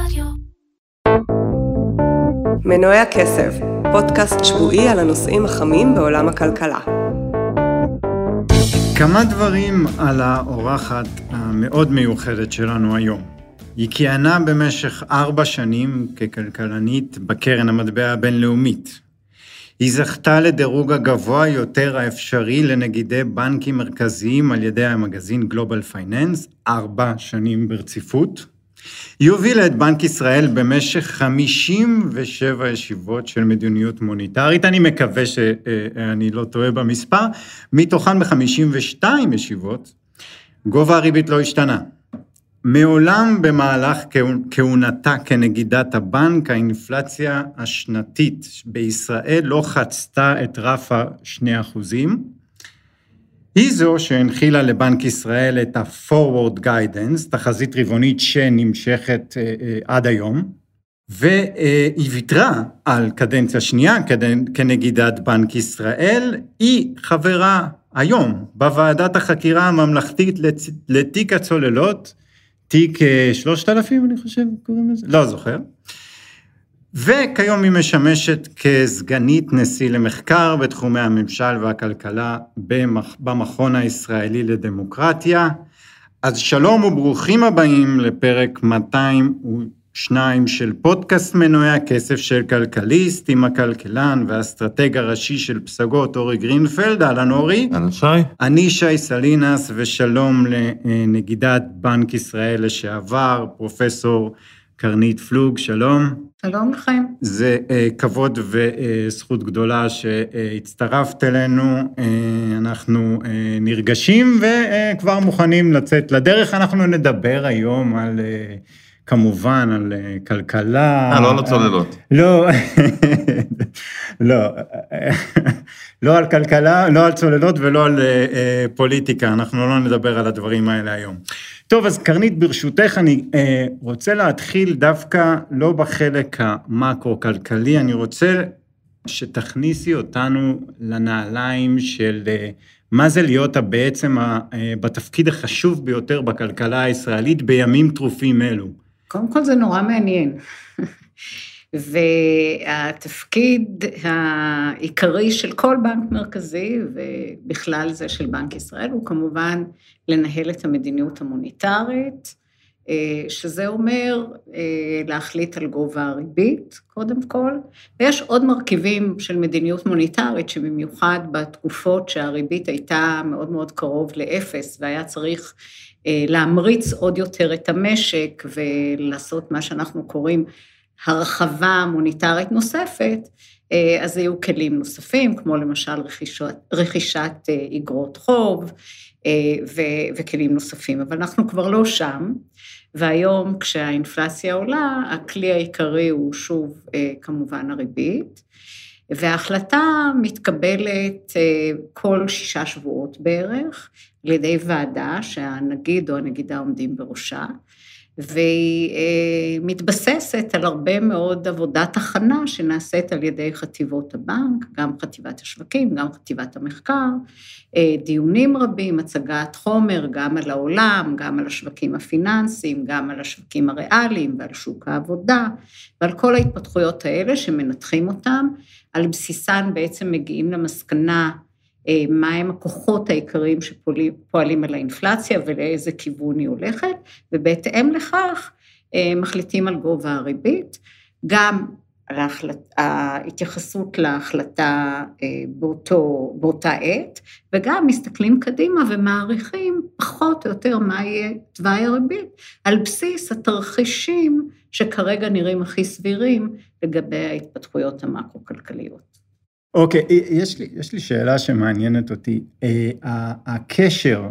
רדיו. מנועי הכסף, פודקאסט שבועי על הנושאים החמים בעולם הכלכלה. כמה דברים על האורחת המאוד מיוחדת שלנו היום. היא כיהנה במשך 4 שנים ככלכלנית בקרן המטבע הבינלאומית. היא זכתה לדירוג הגבוה יותר האפשרי לנגידי בנקים מרכזיים על ידי המגזין גלובל פייננס, 4 שנים ברציפות. היא הובילה את בנק ישראל במשך 57 ישיבות של מדיניות מוניטרית, אני מקווה שאני לא טועה במספר, מתוכן ב52 ישיבות, גובה הריבית לא השתנה. מעולם במהלך כהונתה כנגידת הבנק, האינפלציה השנתית בישראל לא חצתה את רף ה2%. היא זו שהנחילה לבנק ישראל את ה-Forward Guidance, תחזית רבעונית שנמשכת עד היום, והיא ויתרה על קדנציה שנייה כנגידת בנק ישראל, היא חברה היום בוועדת החקירה הממלכתית לתיק הצוללות, תיק 3,000 אני חושב קוראים לזה, לא זוכר, וכיום היא משמשת כסגנית נשיא למחקר בתחומי הממשל והכלכלה במכון הישראלי לדמוקרטיה. אז שלום וברוכים הבאים לפרק 202 של פודקאסט מנועי הכסף של כלכליסט, עם הכלכלן והאסטרטג הראשי של פסגות אורי גרינפלד. אהלן אורי. אהלן שי. אני שי סלינס, ושלום לנגידת בנק ישראל לשעבר, פרופסור קרנית פלוג, שלום. שלום לכם. זה כבוד וזכות גדולה שהצטרפת אלינו, אנחנו נרגשים וכבר מוכנים לצאת לדרך. אנחנו נדבר היום על, כמובן, על כלכלה. לא על הצוללות. לא על כלכלה, לא על צוללות ולא על פוליטיקה, אנחנו לא נדבר על הדברים האלה היום. טוב, אז קרנית, ברשותך, אני רוצה להתחיל דווקא לא בחלק המקרו-כלכלי, אני רוצה שתכניסי אותנו לנעליים של מה זה להיות בעצם בתפקיד החשוב ביותר בכלכלה הישראלית בימים טרופים אלו. קודם כל זה נורא מעניין. והתפקיד העיקרי של כל בנק מרכזי, ובכלל זה של בנק ישראל, הוא כמובן לנהל את המדיניות המוניטרית, שזה אומר להחליט על גובה הריבית, קודם כל, ויש עוד מרכיבים של מדיניות מוניטרית, שבמיוחד בתקופות שהריבית הייתה מאוד מאוד קרוב לאפס, והיה צריך להמריץ עוד יותר את המשק, ולעשות מה שאנחנו קוראים הרחבה מוניטרית נוספת, אז היו כלים נוספים, כמו למשל רכישת אגרות חוב, וכלים נוספים, אבל אנחנו כבר לא שם, והיום כשהאינפלציה עולה, הכלי העיקרי הוא שוב כמובן הריבית, וההחלטה מתקבלת כל 6 שבועות בערך, על ידי ועדה שהנגיד או הנגידה עומדים בראשה, והיא מתבססת על הרבה מאוד עבודת הכנה שנעשית על ידי חטיבות הבנק, גם חטיבת השווקים, גם חטיבת המחקר, דיונים רבים, הצגת חומר, גם על העולם, גם על השווקים הפיננסיים, גם על השווקים הריאליים ועל שוק העבודה, ועל כל ההתפתחויות האלה שמנתחים אותם, על בסיסן בעצם מגיעים למסקנה, מהם הכוחות העיקריים שפועלים על האינפלציה ולאיזה כיוון היא הולכת, ובהתאם לכך מחליטים על גובה הריבית, גם על ההתייחסות להחלטה באותה עת, וגם מסתכלים קדימה ומעריכים פחות או יותר מה יהיה תוואי הריבית, על בסיס התרחישים שכרגע נראים הכי סבירים לגבי ההתפתחויות המקרו-כלכליות. אוקיי, יש לי שאלה שמעניינת אותי. הקשר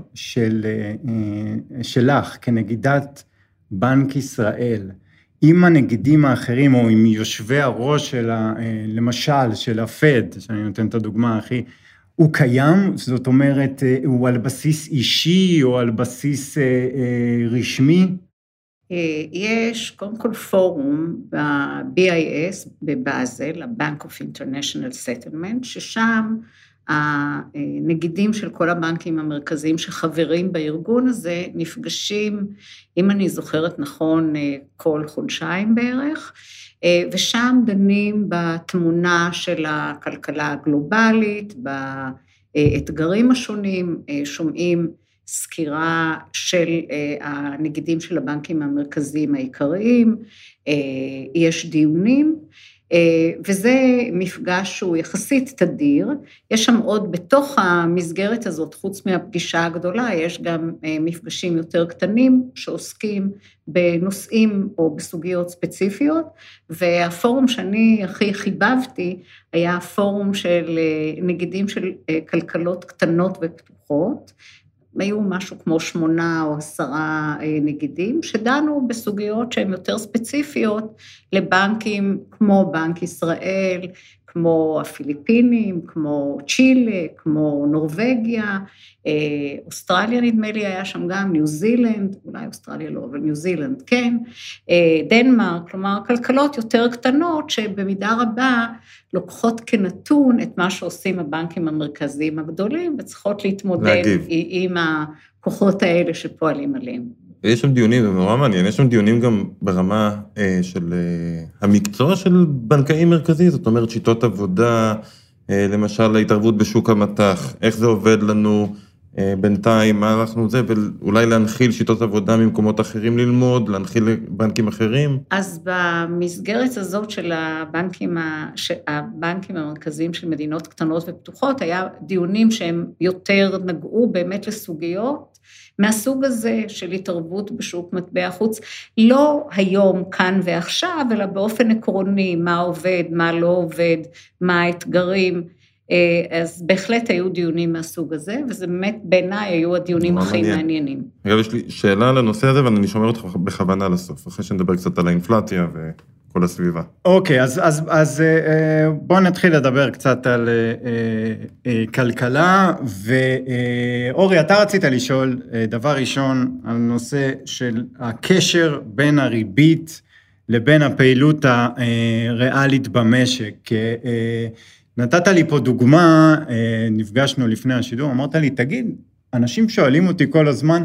שלך כנגידת בנק ישראל, עם הנגידים האחרים, או עם יושבי הראש למשל, של הפד, שאני נותן את הדוגמה הכי, הוא קיים? זאת אומרת, הוא על בסיס אישי, או על בסיס רשמי? יש קודם כל פורום ב-BIS בבאזל, ה-Bank of International Settlement, ששם הנגידים של כל הבנקים המרכזיים שחברים בארגון הזה, נפגשים, אם אני זוכרת נכון, כל חודשיים בערך, ושם דנים בתמונה של הכלכלה הגלובלית, באתגרים השונים, שומעים סקירה של הנגידים של הבנקים המרכזיים העיקריים, יש דיונים, וזה מפגש שהוא יחסית תדיר, יש שם עוד בתוך המסגרת הזאת, חוץ מהפגישה הגדולה, יש גם מפגשים יותר קטנים שעוסקים בנושאים או בסוגיות ספציפיות, והפורום שאני הכי חיבבתי, היה הפורום של נגידים של כלכלות קטנות ופתוחות, היו משהו כמו 8 או 10 נגידים, שדנו בסוגיות שהן יותר ספציפיות לבנקים כמו בנק ישראל, כמו הפיליפינים, כמו צ'ילה, כמו נורווגיה, אוסטרליה נדמה לי היה שם גם, ניו זילנד, אולי אוסטרליה לא, אבל ניו זילנד כן, דנמרק, כלומר כלכלות יותר קטנות שבמידה רבה לוקחות כנתון את מה שעושים הבנקים המרכזיים הגדולים, וצריכות להתמודד עם הכוחות האלה שפועלים עליהם. יש שם דיונים, זה נורא מעניין, יש שם דיונים גם ברמה של המקצוע של בנקאי מרכזי, זאת אומרת שיטות עבודה, למשל ההתערבות בשוק המטח, איך זה עובד לנו בינתיים, מה אנחנו זה, ואולי להנחיל שיטות עבודה ממקומות אחרים ללמוד, להנחיל לבנקים אחרים. אז במסגרת הזאת של הבנקים המרכזיים של מדינות קטנות ופתוחות, היה דיונים שהם יותר נגעו באמת לסוגיות, מהסוג הזה של התערבות בשוק מטבע חוץ, לא היום, כאן ועכשיו, אלא באופן עקרוני, מה עובד, מה לא עובד, מה האתגרים, אז בהחלט היו דיונים מהסוג הזה, וזה באמת בעיניי היו הדיונים הכי מעניינים. אגב, יש לי שאלה על הנושא הזה, ואני שומר אותך בכוונה לסוף, אחרי שנדבר קצת על האינפלציה וכל הסביבה. אוקיי, אז בואו נתחיל לדבר קצת על כלכלה, ואורי, אתה רצית לשאול דבר ראשון על נושא של הקשר בין הריבית לבין הפעילות הריאלית במשק. נתת לי פה דוגמה, נפגשנו לפני השידור, אמרת לי, תגיד, אנשים שואלים אותי כל הזמן,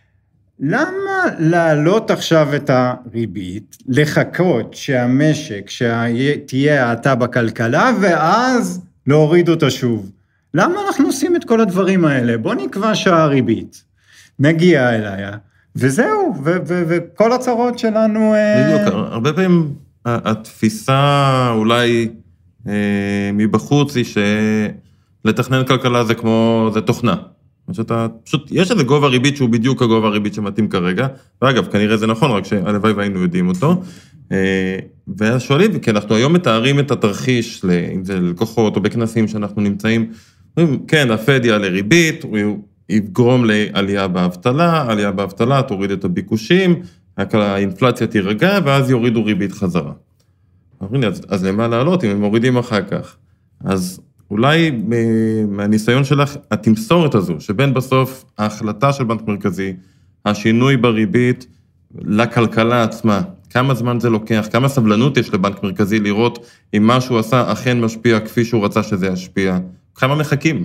למה להעלות עכשיו את הריבית, לחכות שהמשק, שתהיה האטה בכלכלה, ואז להוריד אותה שוב? למה אנחנו עושים את כל הדברים האלה? בוא נקבע שהריבית, נגיע אליה, וזהו, וכל הצרות שלנו... בדיוק, הרבה פעמים התפיסה אולי... מבחוץ היא שלתכנן כלכלה זה כמו, זה תוכנה. פשוט, יש איזה גובה ריבית שהוא בדיוק הגובה הריבית שמתאים כרגע, ואגב, כנראה זה נכון, רק שהלוואי והיינו יודעים אותו, ואז שואלים, כי אנחנו היום מתארים את התרחיש, אם זה לקוחות או בכנסים שאנחנו נמצאים, כן, הפד יעלה ריבית, הוא יגרום לעלייה באבטלה, עלייה באבטלה תוריד את הביקושים, האינפלציה תירגע, ואז יורידו ריבית חזרה. אז למה לעלות אם הם מורידים אחר כך? אז אולי מהניסיון שלך, התמסורת הזו, שבין בסוף ההחלטה של בנק מרכזי, השינוי בריבית לכלכלה עצמה, כמה זמן זה לוקח, כמה סבלנות יש לבנק מרכזי לראות אם מה שהוא עשה אכן משפיע כפי שהוא רצה שזה ישפיע, כמה מחכים?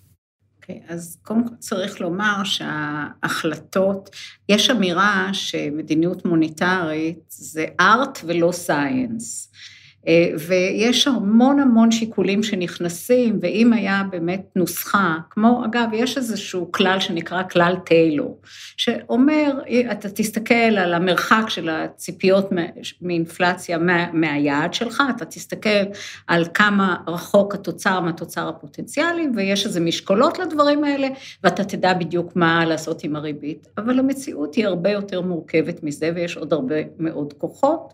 אז קודם כל צריך לומר שההחלטות, יש אמירה שמדיניות מוניטרית זה ארט ולא סייאנס, ויש המון שיקולים שנכנסים, ואם היה באמת נוסחה, כמו אגב, יש איזשהו כלל שנקרא כלל טיילור, שאומר, אתה תסתכל על המרחק של הציפיות מאינפלציה מהיעד שלך, אתה תסתכל על כמה רחוק התוצר מהתוצר הפוטנציאלי, ויש איזה משקולות לדברים האלה, ואתה תדע בדיוק מה לעשות עם הריבית, אבל המציאות היא הרבה יותר מורכבת מזה, ויש עוד הרבה מאוד כוחות,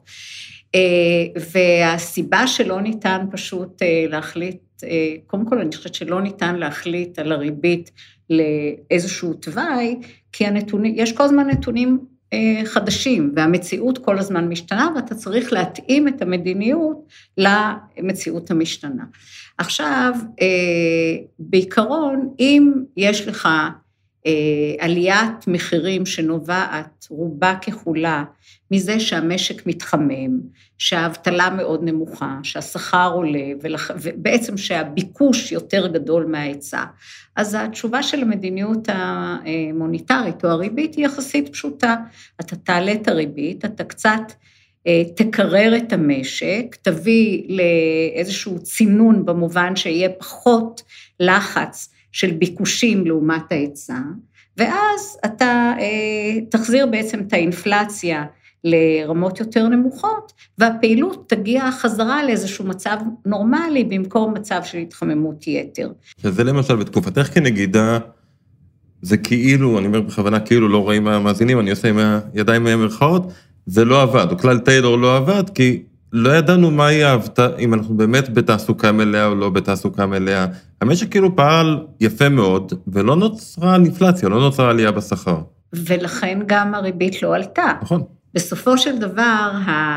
והסיבה שלא ניתן פשוט להחליט, קודם כל אני חושבת שלא ניתן להחליט על הריבית לאיזשהו תוואי, כי יש כל הזמן נתונים חדשים, והמציאות כל הזמן משתנה, ואתה צריך להתאים את המדיניות למציאות המשתנה. עכשיו, בעיקרון, אם יש לך עליית מחירים שנובעת רובה ככולה מזה שהמשק מתחמם, שהאבטלה מאוד נמוכה, שהשכר עולה, ובעצם שהביקוש יותר גדול מההיצע. אז התשובה של המדיניות המוניטרית או הריבית היא יחסית פשוטה. אתה תעלה את הריבית, אתה קצת תקרר את המשק, תביא לאיזשהו צינון במובן שיהיה פחות לחץ של ביקושים לעומת ההיצע, ואז אתה תחזיר בעצם את האינפלציה לרמות יותר נמוכות, והפעילות תגיע חזרה לאיזשהו מצב נורמלי, במקום מצב של התחממות יתר. שזה למשל בתקופתך כנגידה, זה כאילו, אני אומר בכוונה כאילו לא רואים מהמאזינים, אני עושה עם הידיים מהמרכאות, זה לא עבד, או כלל טיילור לא עבד, כי לא ידענו מה יהיה אם אנחנו באמת בתעסוקה מלאה או לא בתעסוקה מלאה. המשק כאילו פעל יפה מאוד, ולא נוצרה אינפלציה, לא נוצרה עלייה בשכר. ולכן גם הריבית לא עלתה. נכון. בסופו של דבר,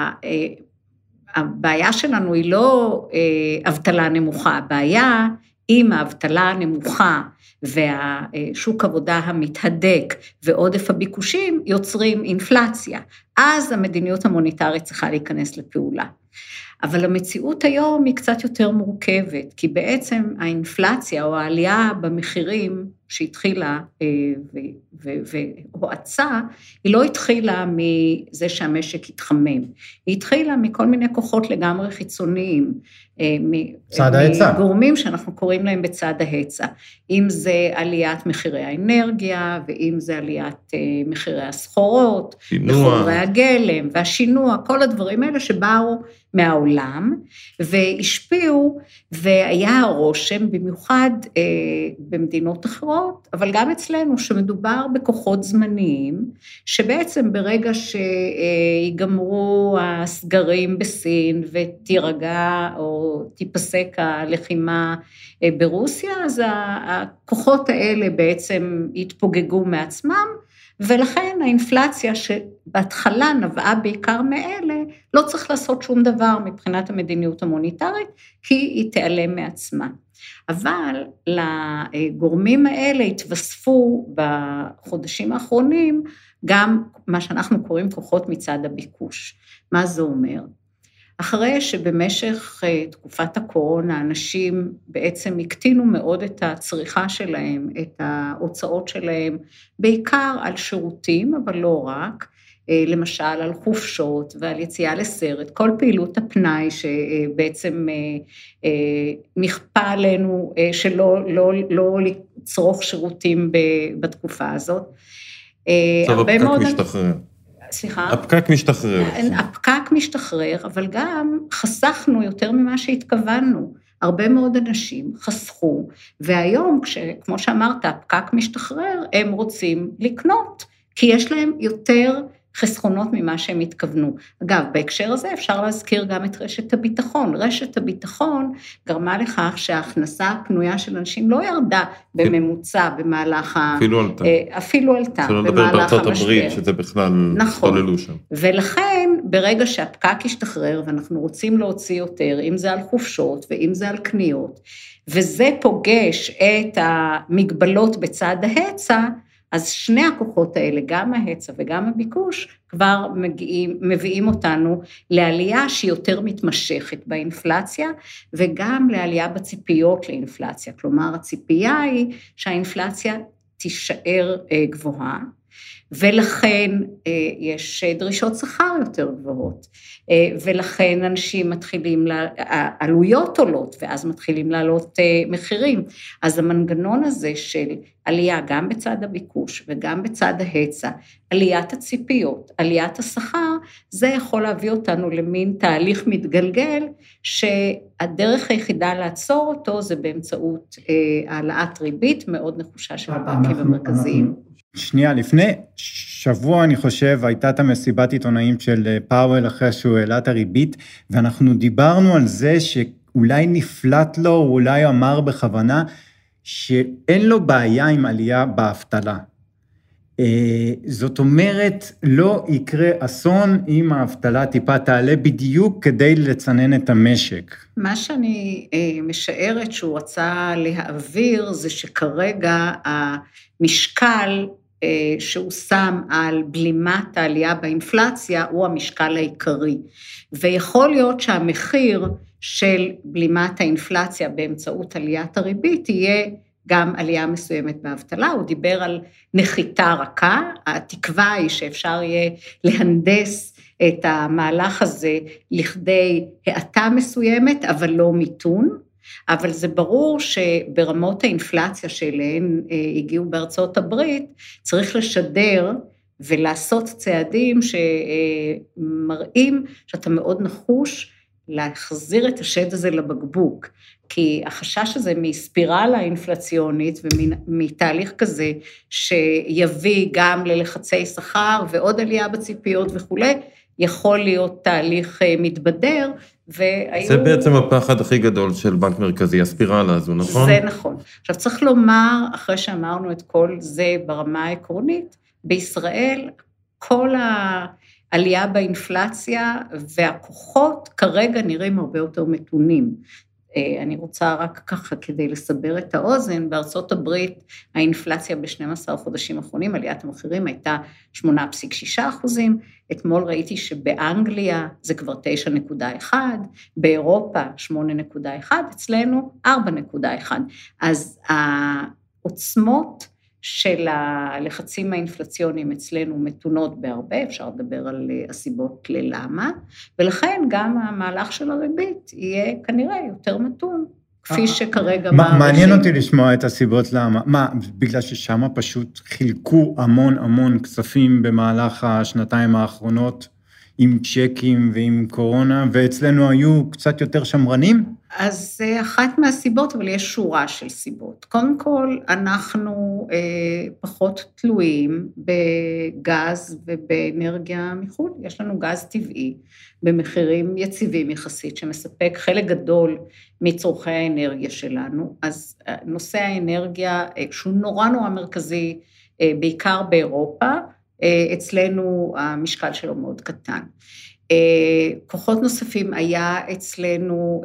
הבעיה שלנו היא לא אבטלה נמוכה, הבעיה אם האבטלה נמוכה והשוק עבודה המתהדק ועודף הביקושים יוצרים אינפלציה, אז המדיניות המוניטרית צריכה להיכנס לפעולה. אבל המציאות היום היא קצת יותר מורכבת, כי בעצם האינפלציה או העלייה במחירים שהתחילה והועצה, היא לא התחילה מזה שהמשק התחמם, היא התחילה מכל מיני כוחות לגמרי חיצוניים, צד ההיצע. מגורמים שאנחנו קוראים להם בצד ההיצע, אם זה עליית מחירי האנרגיה, ואם זה עליית מחירי הסחורות, וחומרי הגלם, והשינוע, כל הדברים האלה שבאו מהעולם, והשפיעו, והיה הרושם, במיוחד במדינות אחרות, אבל גם אצלנו, שמדובר בכוחות זמניים, שבעצם ברגע שיגמרו הסגרים בסין, ותירגע או תיפסק הלחימה ברוסיה, אז הכוחות האלה בעצם יתפוגגו מעצמם, ולכן האינפלציה שבהתחלה נבעה בעיקר מאלה, לא צריך לעשות שום דבר מבחינת המדיניות המוניטרית, כי היא תיעלם מעצמה. אבל לגורמים האלה התווספו בחודשים האחרונים, גם מה שאנחנו קוראים כוחות מצד הביקוש. מה זה אומר? אחרי שבמשך תקופת הקורונה, אנשים בעצם הקטינו מאוד את הצריכה שלהם, את ההוצאות שלהם, בעיקר על שירותים, אבל לא רק, למשל על חופשות ועל יציאה לסרט, כל פעילות הפנאי שבעצם נכפה עלינו לא לצרוך שירותים בתקופה הזאת. עכשיו הפקק משתחרר. סליחה? הפקק משתחרר. הפקק משתחרר, אבל גם חסכנו יותר ממה שהתכוונו. הרבה מאוד אנשים חסכו, והיום, כמו שאמרת, הפקק משתחרר, הם רוצים לקנות, כי יש להם יותר חסכונות ממה שהם התכוונו. אגב, בהקשר הזה אפשר להזכיר גם את רשת הביטחון. רשת הביטחון גרמה לכך שההכנסה הפנויה של אנשים לא ירדה בממוצע במהלך אפילו עלתה במהלך המשבר. הברית, שזה בכלל סוללו שם. ולכן, ברגע שהפקק ישתחרר, ואנחנו רוצים להוציא יותר, אם זה על חופשות ואם זה על קניות, וזה פוגש את המגבלות בצד ההיצע, אז שני הכוחות האלה, גם ההיצע וגם הביקוש, כבר מביאים אותנו לעלייה שהיא יותר מתמשכת באינפלציה, וגם לעלייה בציפיות לאינפלציה. כלומר, הציפייה היא שהאינפלציה תישאר גבוהה, ולכן יש דרישות שכר יותר גבוהות, ולכן אנשים מתחילים, עלויות עולות, ואז מתחילים לעלות מחירים. אז המנגנון הזה של עלייה גם בצד הביקוש וגם בצד ההיצע, עליית הציפיות, עליית השכר, זה יכול להביא אותנו למין תהליך מתגלגל, שהדרך היחידה לעצור אותו זה באמצעות העלאת ריבית מאוד נחושה של הבנקים המרכזיים. שנייה, לפני שבוע אני חושב, הייתה את המסיבת עיתונאים של פאוול אחרי שהוא העלה את הריבית, ואנחנו דיברנו על זה שאולי נפלט לו, או אולי אמר בכוונה, שאין לו בעיה עם עלייה באבטלה. זאת אומרת, לא יקרה אסון אם האבטלה טיפה תעלה בדיוק כדי לצנן את המשק. מה שאני משערת שהוא רצה להעביר זה שכרגע המשקל שהוא שם על בלימת העלייה באינפלציה הוא המשקל העיקרי. ויכול להיות שהמחיר של בלימת האינפלציה באמצעות עליית הריבית יהיה גם עלייה מסוימת באבטלה, הוא דיבר על נחיתה רכה, התקווה היא שאפשר יהיה להנדס את המהלך הזה לכדי האטה מסוימת, אבל לא מיתון, אבל זה ברור שברמות האינפלציה שאליהן הגיעו בארצות הברית, צריך לשדר ולעשות צעדים שמראים שאתה מאוד נחוש להחזיר את השד הזה לבקבוק, כי החשש הזה מספירלה אינפלציונית ומתהליך כזה שיביא גם ללחצי שכר ועוד עלייה בציפיות וכו', יכול להיות תהליך מתבדר, זה בעצם הפחד הכי גדול של בנק מרכזי, הספירלה הזו, נכון? זה נכון. עכשיו צריך לומר, אחרי שאמרנו את כל זה ברמה העקרונית, בישראל כל העלייה באינפלציה והכוחות כרגע נראים הרבה יותר מתונים. אני רוצה רק ככה כדי לסבר את האוזן, בארצות הברית האינפלציה ב-12 חודשים האחרונים, עליית המחירים הייתה 8.6%, אתמול ראיתי שבאנגליה זה כבר 9.1, באירופה 8.1, אצלנו 4.1, אז העוצמות של הלחצים האינפלציוניים אצלנו מתונות בהרבה, אפשר לדבר על הסיבות ללמה, ולכן גם המהלך של הריבית יהיה כנראה יותר מתון, כפי שכרגע מעניין אותי לשמוע את הסיבות למה. מה, בגלל ששם פשוט חילקו המון כספים במהלך השנתיים האחרונות, עם צ'קים ועם קורונה, ואצלנו היו קצת יותר שמרנים? אז זה אחת מהסיבות, אבל יש שורה של סיבות. קודם כל, אנחנו פחות תלויים בגז ובאנרגיה מחו"ל. יש לנו גז טבעי במחירים יציבים יחסית, שמספק חלק גדול מצורכי האנרגיה שלנו. אז נושא האנרגיה, שהוא נורא מרכזי, בעיקר באירופה, אצלנו המשקל שלו מאוד קטן. כוחות נוספים היה אצלנו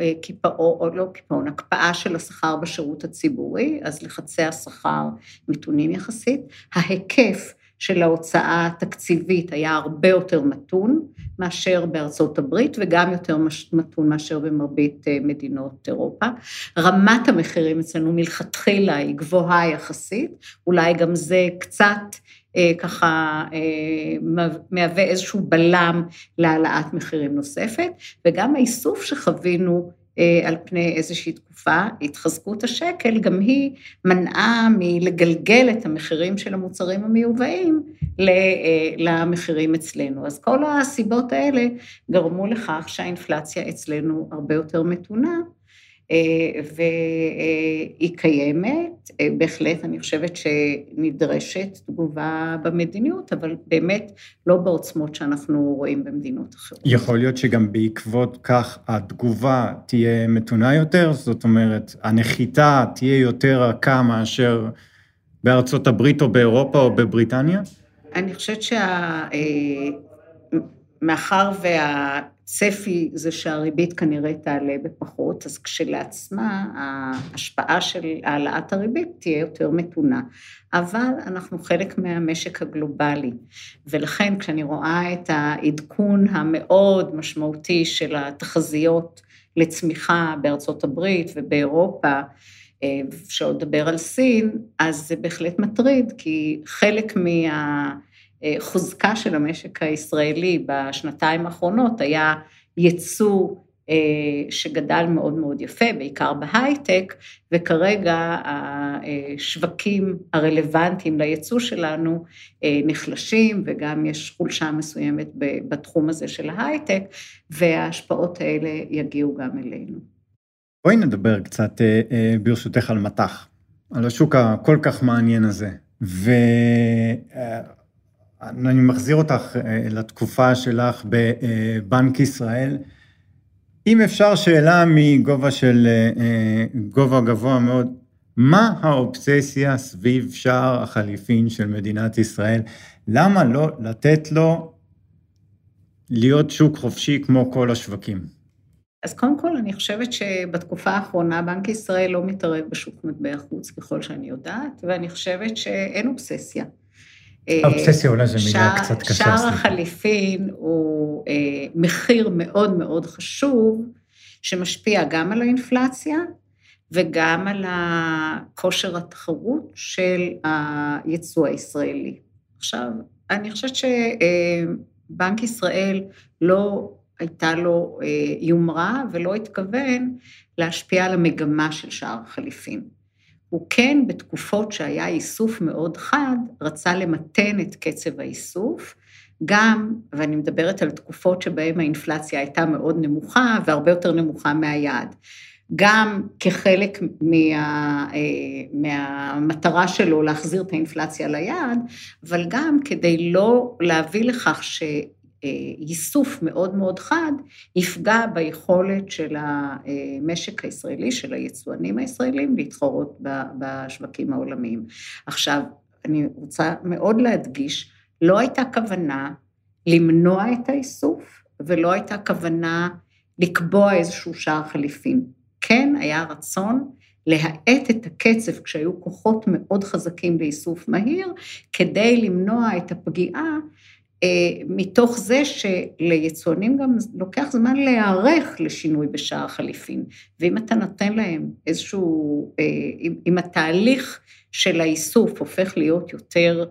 הקפאה של השכר בשירות הציבורי, אז לחצי השכר מתונים יחסית. ההיקף של ההוצאה התקציבית היה הרבה יותר מתון מאשר בארצות הברית, וגם יותר מתון מאשר במרבית מדינות אירופה. רמת המחירים אצלנו מלכתחילה היא גבוהה יחסית, אולי גם זה קצת ככה מהווה איזשהו בלם להעלאת מחירים נוספת, וגם האיסוף שחווינו על פני איזושהי תקופה, התחזקות השקל, גם היא מנעה מלגלגל את המחירים של המוצרים המיובאים למחירים אצלנו. אז כל הסיבות האלה גרמו לכך שהאינפלציה אצלנו הרבה יותר מתונה, והיא קיימת, בהחלט אני חושבת שנדרשת תגובה במדיניות, אבל באמת לא בעוצמות שאנחנו רואים במדינות אחרות. יכול להיות שגם בעקבות כך התגובה תהיה מתונה יותר, זאת אומרת, הנחיתה תהיה יותר רכה מאשר בארצות הברית או באירופה או בבריטניה? אני חושבת מאחר הצפי זה שהריבית כנראה תעלה בפחות, אז כשלעצמה ההשפעה של העלאת הריבית תהיה יותר מתונה, אבל אנחנו חלק מהמשק הגלובלי, ולכן כשאני רואה את העדכון המאוד משמעותי של התחזיות לצמיחה בארצות הברית ובאירופה, שעוד דבר על סין, אז זה בהחלט מטריד, כי חלק חוזקה של המשק הישראלי בשנתיים האחרונות היה ייצוא שגדל מאוד מאוד יפה, בעיקר בהייטק, וכרגע השווקים הרלוונטיים לייצוא שלנו נחלשים, וגם יש חולשה מסוימת בתחום הזה של ההייטק, וההשפעות האלה יגיעו גם אלינו. בואי נדבר קצת ברשותך על מתח, על השוק הכל כך מעניין הזה, אני מחזיר אותך לתקופה שלך בבנק ישראל. אם אפשר שאלה מגובה גבוה מאוד, מה האובססיה סביב שער החליפין של מדינת ישראל? למה לא לתת לו להיות שוק חופשי כמו כל השווקים? אז קודם כל, אני חושבת שבתקופה האחרונה בנק ישראל לא מתערב בשוק מטבע חוץ, ככל שאני יודעת, ואני חושבת שאין אובססיה. האובססיה אולי זו מילה קצת קשה. שער החליפין הוא מחיר מאוד מאוד חשוב, שמשפיע גם על האינפלציה, וגם על הכושר התחרות של הייצוא הישראלי. עכשיו, אני חושבת שבנק ישראל לא הייתה לו יומרה ולא התכוון להשפיע על המגמה של שער החליפין. הוא כן, בתקופות שהיה איסוף מאוד חד, רצה למתן את קצב האיסוף, גם, ואני מדברת על תקופות שבהן האינפלציה הייתה מאוד נמוכה, והרבה יותר נמוכה מהיעד. גם כחלק מהמטרה שלו להחזיר את האינפלציה ליעד, אבל גם כדי לא להביא לכך שייסוף מאוד מאוד חד, יפגע ביכולת של המשק הישראלי, של היצואנים הישראלים, להתחרות בשווקים העולמיים. עכשיו, אני רוצה מאוד להדגיש, לא הייתה כוונה למנוע את האיסוף, ולא הייתה כוונה לקבוע איזשהו שער חליפין. כן, היה רצון להאט את הקצב כשהיו כוחות מאוד חזקים לאיסוף מהיר, כדי למנוע את הפגיעה, מתוך זה שליצואנים גם לוקח זמן להיערך לשינוי בשער חליפין, ואם אתה נותן להם איזשהו, אם התהליך של האיסוף הופך להיות יותר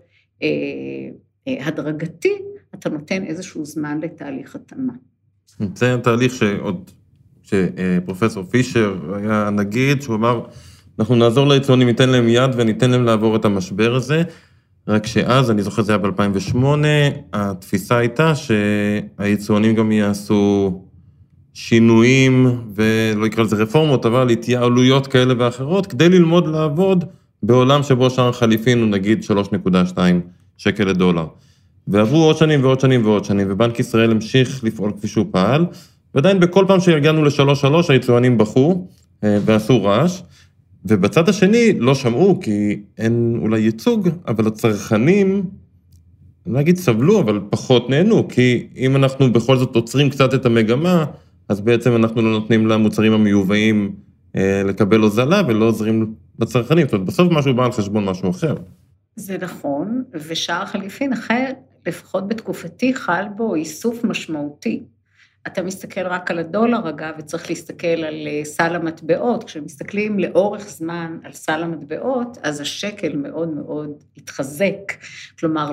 הדרגתי, אתה נותן איזשהו זמן לתהליך התאמה. זה התהליך שפרופסור פישר היה נגיד, שהוא אמר, אנחנו נעזור ליצואנים, ניתן להם יד וניתן להם לעבור את המשבר הזה, רק שאז, אני זוכר, זה היה ב-2008, התפיסה הייתה שהיצואנים גם יעשו שינויים, ולא יקרא לזה רפורמות, אבל התייעלויות כאלה ואחרות, כדי ללמוד לעבוד בעולם שבו שער חליפין הוא נגיד 3.2 שקל לדולר. ועברו עוד שנים ועוד שנים ועוד שנים, ובנק ישראל המשיך לפעול כפי שהוא פעל, ועדיין בכל פעם שהגענו ל-3.3, היצואנים בחו ועשו רעש, ובצד השני לא שמעו, כי אין אולי ייצוג, אבל הצרכנים, אני לא אגיד סבלו, אבל פחות נהנו, כי אם אנחנו בכל זאת עוצרים קצת את המגמה, אז בעצם אנחנו לא נותנים למוצרים המיובאים לקבל הוזלה, ולא עוזרים לצרכנים. זאת אומרת, בסוף משהו בא על חשבון משהו אחר. זה נכון, ושער חליפין אחר, לפחות בתקופתי, חל בו איסוף משמעותי. אתה מסתכל רק על הדולר, אגב, וצריך להסתכל על סל המטבעות. כשמסתכלים לאורך זמן על סל המטבעות, אז השקל מאוד מאוד התחזק. כלומר,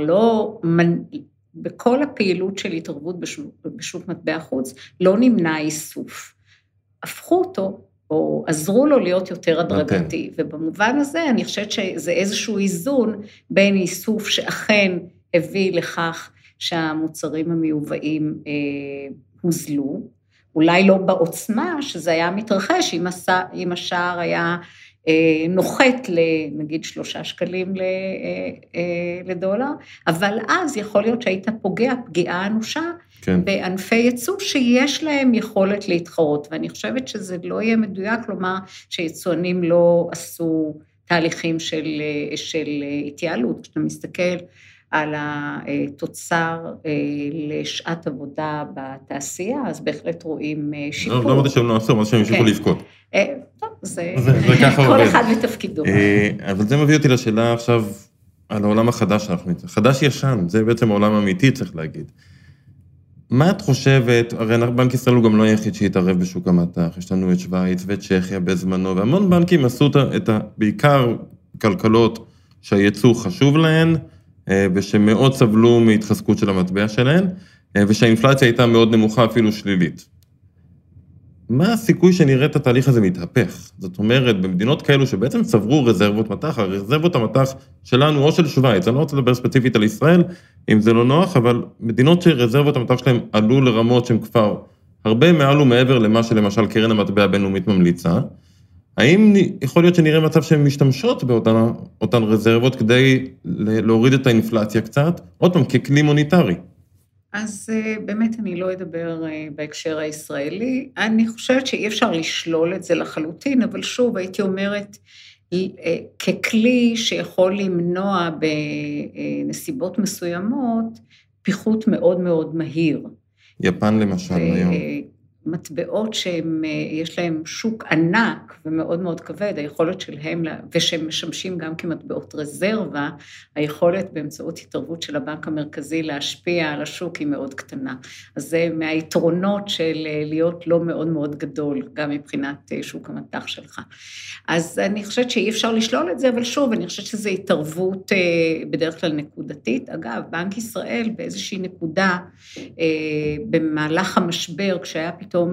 בכל הפעילות של התערבות בשוק מטבע חוץ, לא נמנע איסוף. הפכו אותו, או עזרו לו להיות יותר הדרגתי. ובמובן הזה, אני חושבת שזה איזשהו איזון בין איסוף שאכן הביא לכך שהמוצרים המיובאים הוזלו, אולי לא בעוצמה שזה היה מתרחש, אם השער היה נוחת נגיד 3 שקלים לדולר, אבל אז יכול להיות שהיית פוגע פגיעה אנושה, כן. בענפי ייצוא שיש להם יכולת להתחרות, ואני חושבת שזה לא יהיה מדויק, כלומר שיצואנים לא עשו תהליכים של התייעלות, כשאתה מסתכל על התוצר לשעת עבודה בתעשייה, אז בהחלט רואים שיפור. לא אמרתי שהם לא עשו, אבל שהם ימשיכו לבכות. טוב, זה כל אחד בתפקידו. אבל זה מביא אותי לשאלה עכשיו על העולם החדש שאנחנו נמצאים. חדש ישן, זה בעצם העולם האמיתי, צריך להגיד. מה את חושבת, הרי בנק ישראל הוא גם לא היחיד שהתערב בשוק המטח, יש לנו את שוויץ ואת צ'כיה בזמנו, והמון בנקים עשו בעיקר כלכלות שהייצוא חשוב להן, ושמאוד סבלו מהתחזקות של המטבע שלהן, ושהאינפלציה הייתה מאוד נמוכה, אפילו שלילית. מה הסיכוי שנראה את התהליך הזה מתהפך? זאת אומרת, במדינות כאלו שבעצם צברו רזרבות מטח, הרזרבות המטח שלנו או של שוויץ, אני לא רוצה לדבר ספציפית על ישראל, אם זה לא נוח, אבל מדינות שרזרבות המטח שלהם עלו לרמות שהן כבר הרבה מעל ומעבר למה שלמשל קרן המטבע הבינלאומית ממליצה, האם יכול להיות שנראה מצב שהן משתמשות באותן רזרבות כדי להוריד את האינפלציה קצת, עוד פעם, ככלי מוניטרי? אז באמת אני לא אדבר בהקשר הישראלי, אני חושבת שאי אפשר לשלול את זה לחלוטין, אבל שוב הייתי אומרת, ככלי שיכול למנוע בנסיבות מסוימות, פיחות מאוד מאוד מהיר. יפן למשל היום. מטבעות שיש להם שוק ענק ומאוד מאוד כבד, היכולת שלהם, ושהם משמשים גם כמטבעות רזרבה, היכולת באמצעות התערבות של הבנק המרכזי להשפיע על השוק היא מאוד קטנה. אז זה מהיתרונות של להיות לא מאוד מאוד גדול, גם מבחינת שוק המטח שלך. אז אני חושבת שאי אפשר לשלול את זה, אבל שוב, אני חושבת שזו התערבות בדרך כלל נקודתית. אגב, בנק ישראל באיזושהי נקודה, במהלך המשבר, כשהיה פתאום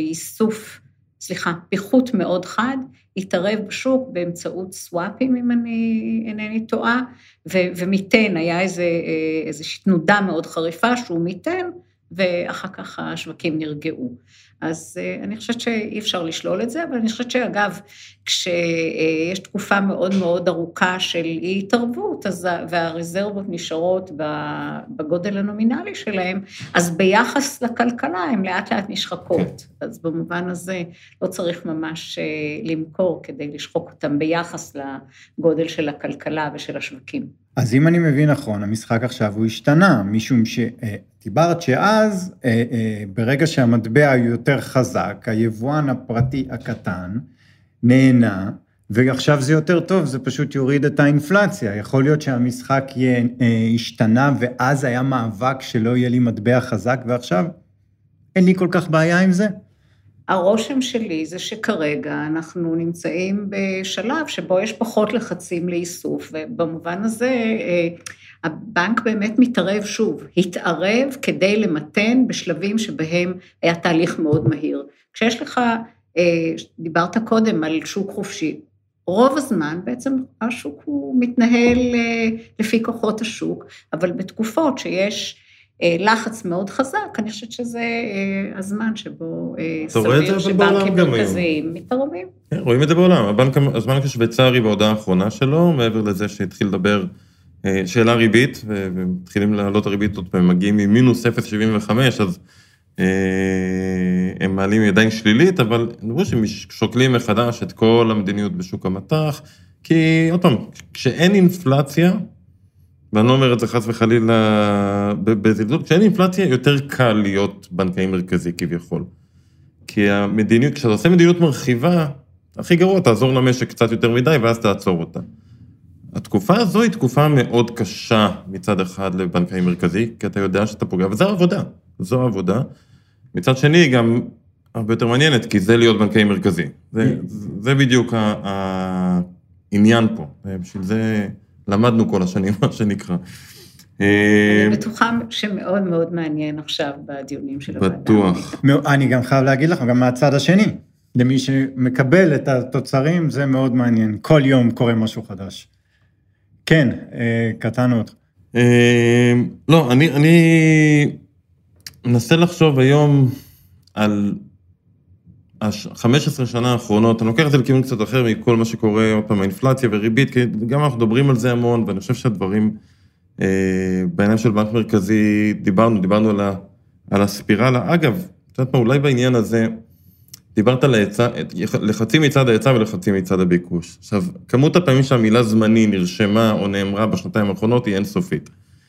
פיחות מאוד חד, התערב בשוק באמצעות סוואפים, אם אני אינני טועה, ומיתן, היה איזושהי תנודה מאוד חריפה שהוא מיתן, ואחר כך השווקים נרגעו. אז אני חושבת שאי אפשר לשלול את זה, אבל אני חושבת שאגב, כשיש תקופה מאוד מאוד ארוכה של אי התערבות, והרזרבות נשארות בגודל הנומינלי שלהם, אז ביחס לכלכלה הן לאט לאט נשחקות. אז במובן הזה לא צריך ממש למכור כדי לשחוק אותם ביחס לגודל של הכלכלה ושל השווקים. אז אם אני מבין נכון, המשחק עכשיו הוא השתנה, משום שדיברת שאז, ברגע שהמטבע הוא יותר חזק, היבואן הפרטי הקטן נהנה, ועכשיו זה יותר טוב, זה פשוט יוריד את האינפלציה. יכול להיות שהמשחק השתנה, ואז היה מאבק שלא יהיה לי מטבע חזק, ועכשיו אין לי כל כך בעיה עם זה. הרושם שלי זה שכרגע אנחנו נמצאים בשלב שבו יש פחות לחצים לאיסוף, ובמובן הזה הבנק באמת מתערב שוב, התערב כדי למתן בשלבים שבהם היה תהליך מאוד מהיר. כשיש לך, דיברת קודם על שוק חופשי, רוב הזמן בעצם השוק הוא מתנהל לפי כוחות השוק, אבל בתקופות שיש לחץ מאוד חזק, אני חושבת שזה הזמן שבו סביר שבנקים מרכזיים מתערבים. רואים את זה בעולם, הבנק השוויצרי בהודעה האחרונה שלו, מעבר לזה שהתחיל לדבר שאלה ריבית, ומתחילים לעלות הריבית עוד פעם, מגיעים ממינוס 0.75, אז הם מעלים ידיים שלילית, אבל נראו שהם שוקלים מחדש את כל המדיניות בשוק המטח, כי עוד פעם, כשאין אינפלציה, ואני לא אומר את זה חס וחלילה בזלזול, כשאין אינפלציה יותר קל להיות בנקאי מרכזי כביכול. כי המדיניות, כשאתה עושה מדיניות מרחיבה, הכי גרוע, תעזור למשק קצת יותר מדי, ואז תעצור אותה. התקופה הזו היא תקופה מאוד קשה מצד אחד לבנקאי מרכזי, כי אתה יודע שאתה פוגע, וזו עבודה, זו עבודה. מצד שני היא גם הרבה יותר מעניינת, כי זה להיות בנקאי מרכזי. זה בדיוק העניין פה, בשביל זה למדנו כל השנים, מה שנקרא. אני בטוחה שמאוד מאוד מעניין עכשיו בדיונים של הוועדה. בטוח. אני גם חייב להגיד לך, גם מהצד השני, למי שמקבל את התוצרים, זה מאוד מעניין. כל יום קורה משהו חדש. כן, קטענו אותך. לא, אני מנסה לחשוב היום על 15 שנה האחרונות, אני לוקח את זה לכיוון קצת אחר מכל מה שקורה, עוד פעם, האינפלציה וריבית, כי גם אנחנו מדברים על זה המון, ואני חושב שהדברים, בעיניים של בנק מרכזי, דיברנו על הספירלה. אגב, קצת מה, אולי בעניין הזה, דיברת על לחצים מצד ההיצע ולחצים מצד הביקוש. עכשיו, כמות הפעמים שהמילה זמני נרשמה או נאמרה בשנתיים האחרונות היא אינסופית.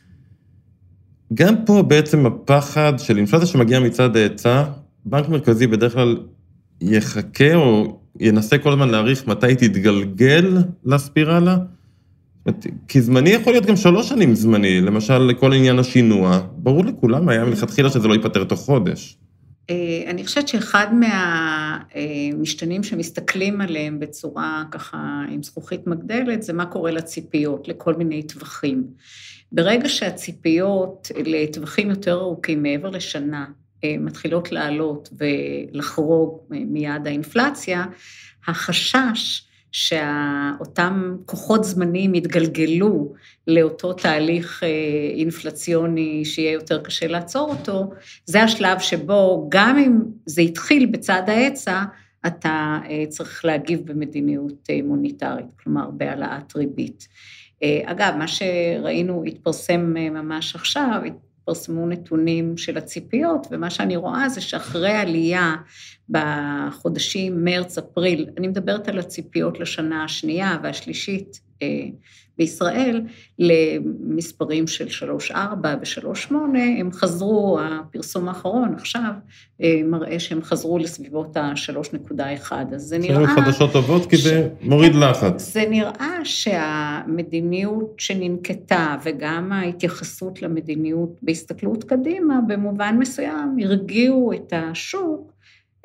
גם פה בעצם הפחד של אינפלציה שמגיעה מצד ההיצע, בנק מרכזי בדרך כלל יחכה או ינסה כל הזמן להעריך מתי היא תתגלגל לספירלה, כי זמני יכול להיות גם 3 שנים זמני, למשל לכל עניין השינוע, ברור לכולם היה מלכתחילה שזה לא ייפטר תוך חודש. אני חושבת שאחד מהמשתנים שמסתכלים עליהם בצורה ככה עם זכוכית מגדלת, זה מה קורה לציפיות, לכל מיני טווחים. ברגע שהציפיות לטווחים יותר ארוכים מעבר לשנה, מתחילות לעלות ולחרוג מיד האינפלציה, החשש שאותם כוחות זמנים יתגלגלו לאותו תהליך אינפלציוני שיהיה יותר קשה לעצור אותו, זה השלב שבו גם אם זה התחיל בצד ההיצע, אתה צריך להגיב במדיניות מוניטרית, כלומר בהעלאת ריבית. אגב, מה שראינו התפרסם ממש עכשיו, פרסמו נתונים של הציפיות, ומה שאני רואה זה שאחרי עלייה בחודשים מרץ, אפריל, אני מדברת על הציפיות לשנה השנייה והשלישית בישראל, למספרים של 3.4 ו-3.8, הם חזרו, הפרסום האחרון עכשיו, מראה שהם חזרו לסביבות ה-3.1, אז זה נראה... חדשות טובות כי זה מוריד לחץ. זה נראה שהמדיניות שננקטה, וגם ההתייחסות למדיניות בהסתכלות קדימה, במובן מסוים הרגיעו את השוק,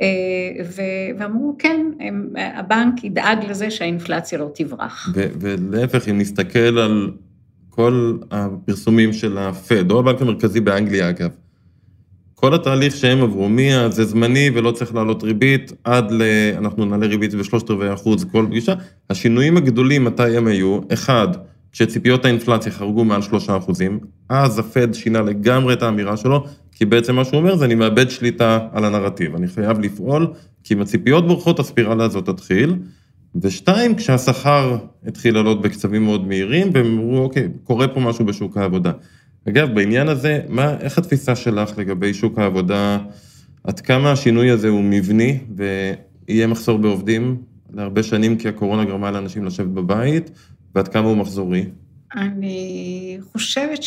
ואמרו, כן, הבנק ידאג לזה שהאינפלציה לא תברח. ולהפך, אם נסתכל על כל הפרסומים של הפד, או הבנק המרכזי באנגליה, אגב, כל התהליך שהם עברו, זה זמני ולא צריך לעלות ריבית, עד אנחנו נעלה ריבית ב3.25% כל פגישה, השינויים הגדולים מתי הם היו, אחד, כשציפיות האינפלציה חרגו מעל 3%, אז הפד שינה לגמרי את האמירה שלו, כי בעצם מה שהוא אומר זה אני מאבד שליטה על הנרטיב, אני חייב לפעול, כי אם הציפיות בורחות הספירלה הזאת תתחיל, ושתיים, כשהשכר התחיל לעלות בקצבים מאוד מהירים, והם אמרו, אוקיי, קורה פה משהו בשוק העבודה. אגב, בעניין הזה, איך התפיסה שלך לגבי שוק העבודה, עד כמה השינוי הזה הוא מבני, ויהיה מחסור בעובדים להרבה שנים, כי הקורונה גרמה לאנשים לשבת בבית, ועד כמה הוא מחזורי? אני חושבת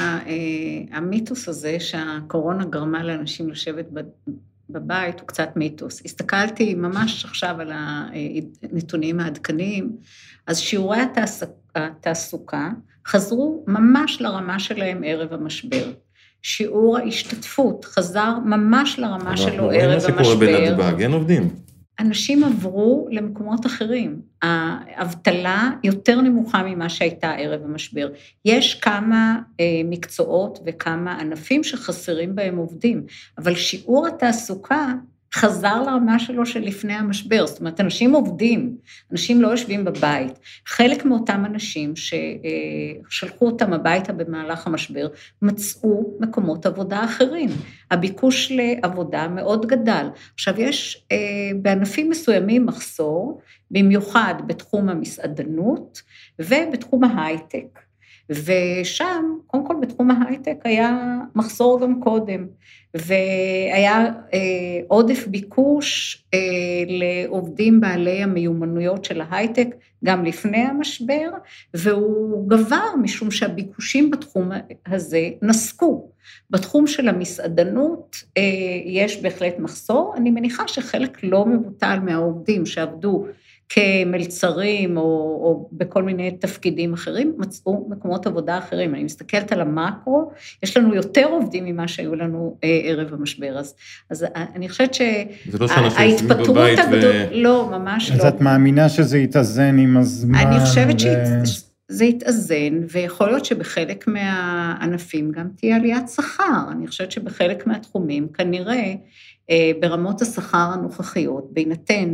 שהמיתוס הזה, שהקורונה גרמה לאנשים לשבת בבית, הוא קצת מיתוס. הסתכלתי ממש עכשיו על הנתונים העדכניים, אז שיעורי התעסוקה חזרו ממש לרמה שלהם ערב המשבר. שיעור ההשתתפות חזר ממש לרמה שלו ערב המשבר. מה שקורה בנתב"ג, אין עובדים. אנשים עברו למקומות אחרים. האבטלה יותר נמוכה ממה שהייתה ערב המשבר. יש כמה מקצועות וכמה ענפים שחסרים בהם עובדים, אבל שיעור התעסוקה חזר לרמה שלו של לפני המשבר. זאת אומרת, אנשים עובדים, אנשים לא יושבים בבית. חלק מאותם אנשים ששלחו אותם הביתה במהלך המשבר, מצאו מקומות עבודה אחרים. הביקוש לעבודה מאוד גדל. עכשיו, יש בענפים מסוימים מחסור, במיוחד בתחום המסעדנות ובתחום ההייטק. ושם, קודם כל בתחום ההייטק היה מחסור גם קודם, והיה עודף ביקוש לעובדים בעלי המיומנויות של ההייטק גם לפני המשבר, והוא גבר משום שהביקושים בתחום הזה נסקו. בתחום של המסעדנות יש בהחלט מחסור, אני מניחה שחלק לא מבוטל מהעובדים שעבדו כמלצרים או בכל מיני תפקידים אחרים, מצאו מקומות עבודה אחרים. אני מסתכלת על המקרו, יש לנו יותר עובדים ממה שהיו לנו ערב המשבר. אז אני חושבת שההתפטרות הגדולה, לא, ממש לא. אז את מאמינה שזה יתאזן עם הזמן? אני חושבת שזה יתאזן, ויכול להיות שבחלק מהענפים גם תהיה עליית שכר. אני חושבת שבחלק מהתחומים כנראה, ברמות השכר הנוכחיות, בהינתן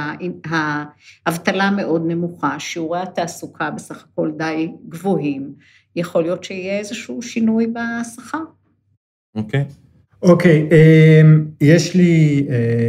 שהאבטלה מאוד נמוכה, שיעורי התעסוקה בסך הכל די גבוהים, יכול להיות שיהיה איזשהו שינוי בשכר. אוקיי, יש לי,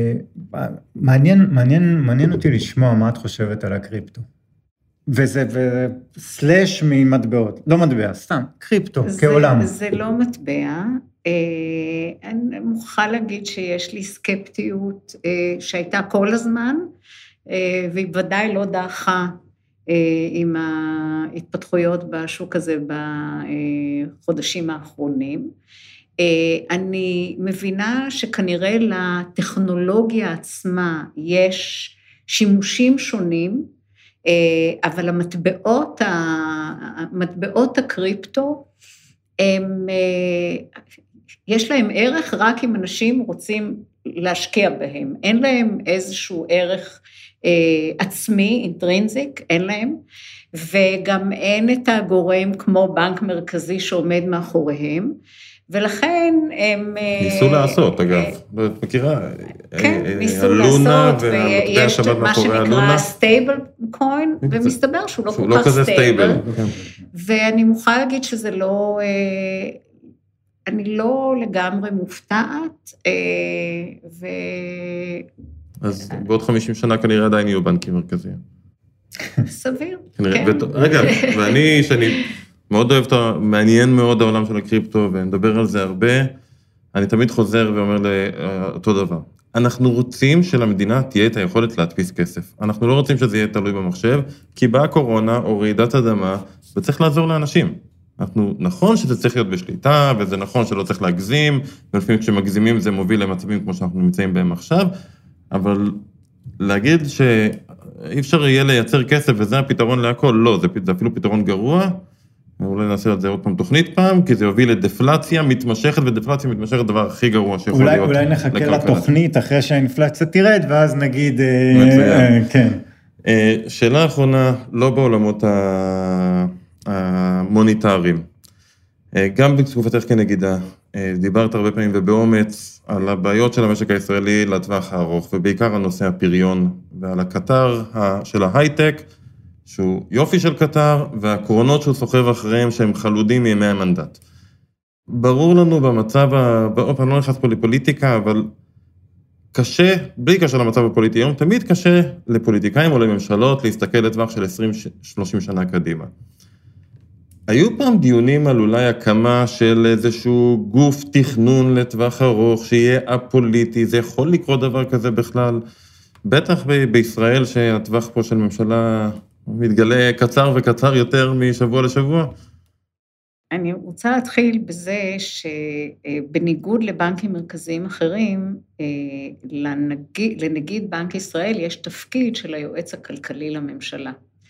מעניין אותי לשמוע מה את חושבת על הקריפטו. וזה סלש ממטבעות, לא מטבע, סתם, קריפטו כעולם. זה לא מטבע, אני מוכרחה להגיד שיש לי סקפטיות שהייתה כל הזמן, והיא ודאי לא דעכה עם ההתפתחויות בשוק הזה בחודשים האחרונים. אני מבינה שכנראה לטכנולוגיה עצמה יש שימושים שונים, אבל המטבעות הקריפטו, יש להם ערך רק אם אנשים רוצים להשקיע בהם. אין להם איזשהו ערך עצמי, אינטרינזיק, אין להם, וגם אין את הגורם כמו בנק מרכזי שעומד מאחוריהם, ולכן הם... ניסו לעשות, אגב, את מכירה? כן, ניסו לעשות, ויש מה שנקרא סטייבל קוין, ומסתבר שהוא לא כל כך סטייבל, ואני מוכרחה להגיד שזה לא... אני לא לגמרי מופתעת, אז בעוד 50 שנה כנראה עדיין יהיו בנקים מרכזיים. סביר, כן. רגע, ואני, שאני מאוד אוהב, מעניין מאוד העולם של הקריפטו, ונדבר על זה הרבה. אני תמיד חוזר ואומר לאותו דבר. אנחנו רוצים שלמדינה תהיה את היכולת להדפיס כסף. אנחנו לא רוצים שזה יהיה תלוי במחשב, כי באה קורונה או רעידת אדמה, וצריך לעזור לאנשים. נכון שזה צריך להיות בשליטה, וזה נכון שלא צריך להגזים, ולפעמים כשמגזימים זה מוביל למצבים כמו שאנחנו נמצאים בהם עכשיו, אבל להגיד שאי אפשר יהיה לייצר כסף וזה הפתרון להכל, לא, זה אפילו פתרון גרוע, אולי נעשה את זה עוד פעם תוכנית פעם, כי זה יוביל לדפלציה מתמשכת, ודפלציה מתמשכת הדבר הכי גרוע שיכול להיות. אולי נחכה לתוכנית אחרי שהאינפלציה תרד, ואז נגיד, כן. שאלה האחרונה, לא בעולמות המוניטריים. גם בתקופתך כנגידה, דיברת הרבה פעמים ובאומץ על הבעיות של המשק הישראלי לטווח הארוך, ובעיקר על נושא הפריון, ועל הקטר של ההייטק, שהוא יופי של קטר, והקרונות שהוא סוחב אחריהם שהם חלודים מימי המנדט. ברור לנו במצב, אני לא נכנס פה לפוליטיקה, אבל קשה, בלי קשר למצב הפוליטי היום, תמיד קשה לפוליטיקאים או לממשלות להסתכל לטווח של 20-30 שנה קדימה. היו פעם דיונים על אולי הקמה של איזשהו גוף תכנון לטווח ארוך, שיהיה הפוליטי, זה יכול לקרות דבר כזה בכלל, בטח בישראל שהטווח פה של ממשלה מתגלה קצר וקצר יותר משבוע לשבוע? אני רוצה להתחיל בזה שבניגוד לבנקים מרכזיים אחרים, לנגיד בנק ישראל יש תפקיד של היועץ הכלכלי לממשלה.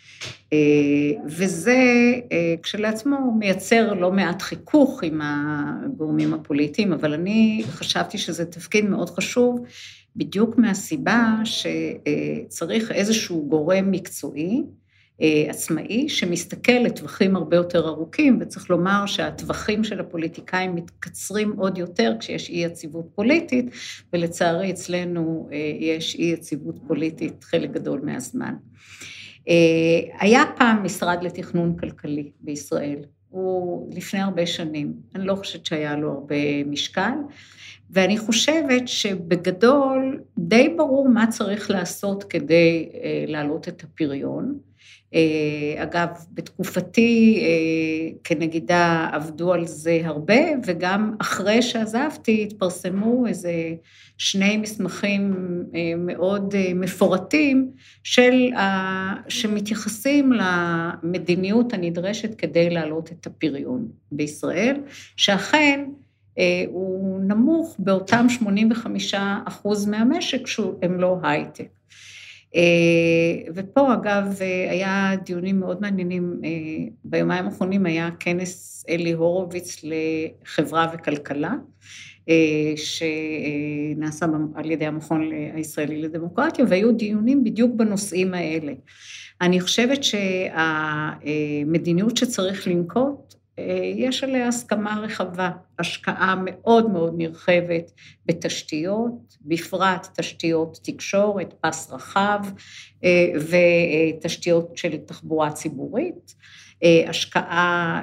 וזה כשלעצמו מייצר לא מעט חיכוך עם הגורמים הפוליטיים, אבל אני חשבתי שזה תפקיד מאוד חשוב, בדיוק מהסיבה שצריך איזשהו גורם מקצועי, עצמאי, שמסתכל לטווחים הרבה יותר ארוכים, וצריך לומר שהטווחים של הפוליטיקאים מתקצרים עוד יותר כשיש אי יציבות פוליטית, ולצערי אצלנו יש אי יציבות פוליטית חלק גדול מהזמן. היה פעם משרד לתכנון כלכלי בישראל, הוא לפני הרבה שנים, אני לא חושבת שהיה לו הרבה משקל, ואני חושבת שבגדול די ברור מה צריך לעשות כדי להעלות את הפריון. אגב, בתקופתי כנגידה עבדו על זה הרבה, וגם אחרי שעזבתי התפרסמו איזה 2 מסמכים מאוד מפורטים שמתייחסים למדיניות הנדרשת כדי להעלות את הפריון בישראל, שאכן הוא נמוך באותם 85% מהמשק שהם לא הייטק. ופה אגב היה דיונים מאוד מעניינים, ביומיים האחרונים היה כנס אלי הורוביץ לחברה וכלכלה, שנעשה על ידי המכון הישראלי לדמוקרטיה, והיו דיונים בדיוק בנושאים האלה. אני חושבת שהמדיניות שצריך לנקוט, יש עליה הסכמה רחבה, השקעה מאוד מאוד נרחבת בתשתיות, בפרט תשתיות תקשורת, פס רחב, ותשתיות של תחבורה ציבורית, השקעה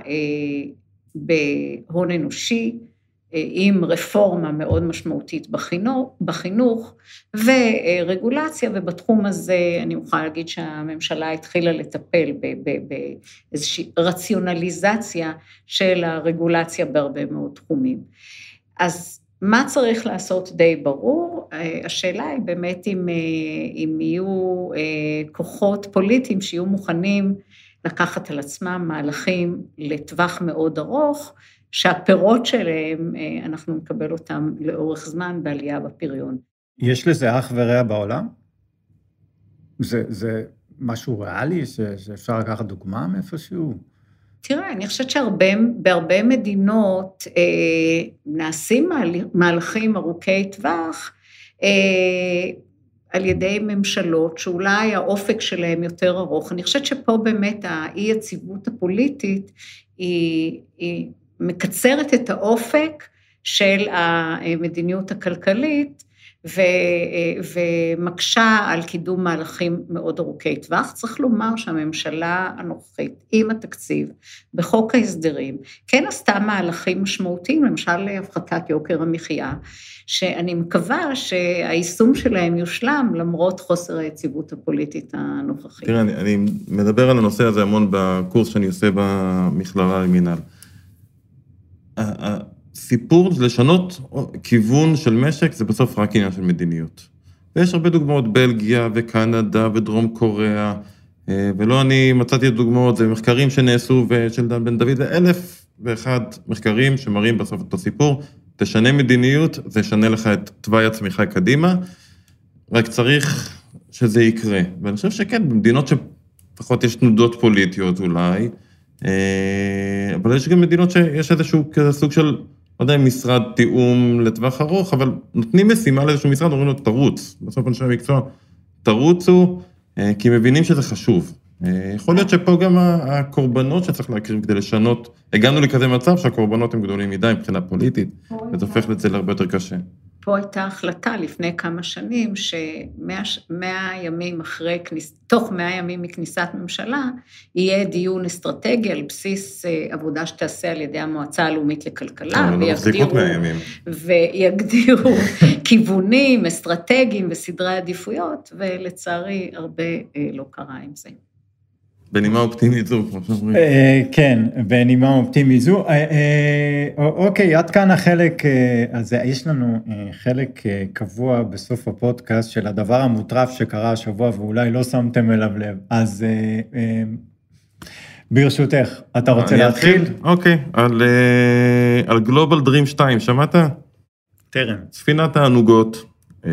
בהון אנושי, עם רפורמה מאוד משמעותית בחינוך, ורגולציה, ובתחום הזה אני אוכל להגיד שהממשלה התחילה לטפל באיזושהי רציונליזציה של הרגולציה בהרבה מאוד תחומים. אז מה צריך לעשות די ברור? השאלה היא באמת אם יהיו כוחות פוליטיים שיהיו מוכנים לקחת על עצמם מהלכים לטווח מאוד ארוך, שהפירות שלהם, אנחנו נקבל אותם לאורך זמן בעלייה בפריון. יש לזה אח ורע בעולם? זה משהו ריאלי שאפשר לקחת דוגמה מאיפשהו? תראה, אני חושבת שבהרבה מדינות נעשים מהלכים ארוכי טווח, על ידי ממשלות, שאולי האופק שלהם יותר ארוך. אני חושבת שפה באמת האי-יציבות הפוליטית היא מקצרת את האופק של המדיניות הכלכלית, ומקשה על קידום מהלכים מאוד ארוכי טווח. צריך לומר שהממשלה הנוכחית, עם התקציב, בחוק ההסדרים, כן עשתה מהלכים משמעותיים, למשל הפחתת יוקר המחיה, שאני מקווה שהיישום שלהם יושלם, למרות חוסר היציבות הפוליטית הנוכחית. תראה, אני מדבר על הנושא הזה המון בקורס שאני עושה במכללה למינהל. הסיפור לשנות כיוון של משק זה בסוף רק עניין של מדיניות. ויש הרבה דוגמאות, בלגיה וקנדה ודרום קוריאה, ולא אני מצאתי דוגמאות, זה מחקרים שנעשו ושל דן בן דוד, ו1,001 מחקרים שמראים בסוף אותו סיפור, תשנה מדיניות, זה ישנה לך את תוואי הצמיחה קדימה, רק צריך שזה יקרה. ואני חושב שכן, במדינות שפחות יש תנודות פוליטיות אולי, אבל יש גם מדינות שיש איזשהו כזה סוג של, לא יודע, משרד תיאום לטווח ארוך, אבל נותנים משימה לאיזשהו משרד, אומרים לו, תרוץ. בסוף אנשי המקצוע, תרוצו, כי מבינים שזה חשוב. יכול להיות שפה גם הקורבנות שצריך להקריב כדי לשנות, הגענו לכזה מצב שהקורבנות הם גדולים מדי מבחינה פוליטית, וזה הופך את זה להרבה יותר קשה. פה הייתה החלטה לפני כמה שנים, תוך 100 ימים מכניסת ממשלה, יהיה דיון אסטרטגי על בסיס עבודה שתעשה על ידי המועצה הלאומית לכלכלה, ויגדירו כיוונים אסטרטגיים וסדרי עדיפויות, ולצערי הרבה לא קרה עם זה. בנימה אופטימית זו, כמו שאומרים. כן, בנימה אופטימית זו. אוקיי, עד כאן החלק הזה. יש לנו חלק קבוע בסוף הפודקאסט של הדבר המוטרף שקרה השבוע, ואולי לא שמתם אליו לב. אז ברשותך, אתה רוצה להתחיל? אוקיי, על Global Dream 2, שמעת? תרם. ספינת הענוגות,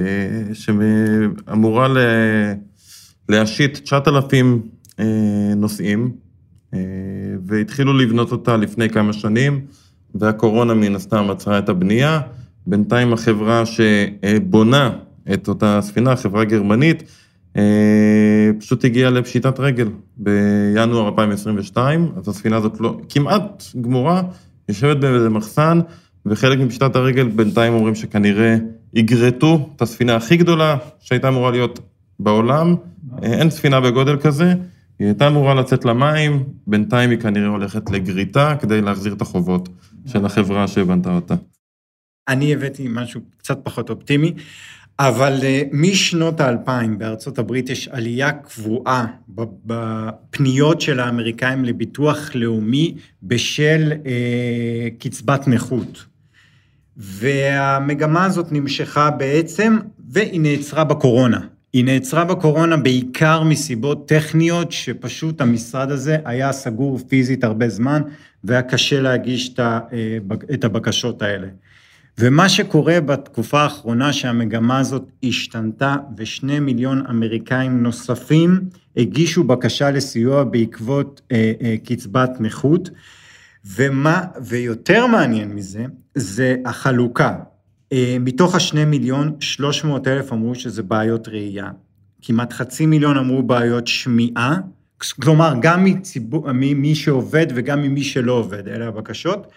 שאמורה להשית 9,000 נושאים, והתחילו לבנות אותה לפני כמה שנים, והקורונה מן הסתם עצרה את הבנייה. בינתיים החברה שבונה את אותה ספינה, חברה גרמנית, פשוט הגיעה לפשיטת רגל בינואר 2022, אז הספינה הזאת לא, כמעט גמורה, יושבת באיזה מחסן, וחלק מפשיטת הרגל בינתיים אומרים שכנראה יגרטו את הספינה הכי גדולה שהייתה אמורה להיות בעולם, אין ספינה בגודל כזה, היא הייתה אמורה לצאת למים, בינתיים היא כנראה הולכת לגריטה, כדי להחזיר את החובות של החברה שבנתה אותה. אני הבאתי משהו קצת פחות אופטימי, אבל משנות ה-2000 בארצות הברית יש עלייה קבועה בפניות של האמריקאים לביטוח לאומי בשל קצבת נכות. והמגמה הזאת נמשכה בעצם, והיא נעצרה בקורונה. היא נעצרה בקורונה בעיקר מסיבות טכניות, שפשוט המשרד הזה היה סגור פיזית הרבה זמן, והיה קשה להגיש את הבקשות האלה. ומה שקורה בתקופה האחרונה שהמגמה הזאת השתנתה, ו2 מיליון אמריקאים נוספים הגישו בקשה לסיוע בעקבות קצבת נכות, ויותר מעניין מזה, זה החלוקה. מתוך 2,300,000 אמרו שזה בעיות ראייה, כמעט 500,000 אמרו בעיות שמיעה, כלומר גם ממי שעובד וגם ממי שלא עובד, אלה הבקשות,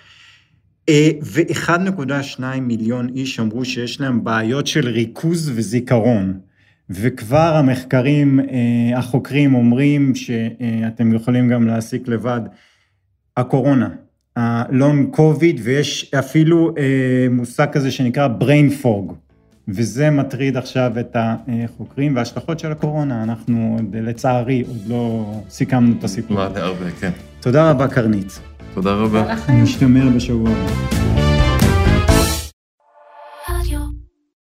ו1.2 מיליון איש אמרו שיש להם בעיות של ריכוז וזיכרון, וכבר המחקרים, החוקרים אומרים שאתם יכולים גם להסיק לבד, הקורונה, הלונג קוביד, ויש אפילו מושג כזה שנקרא brain fog, וזה מטריד עכשיו את החוקרים, וההשלכות של הקורונה, אנחנו לצערי עוד לא סיכמנו את הסיפור. הרבה, כן. תודה רבה קרנית. תודה רבה. נשתמר בשבוע.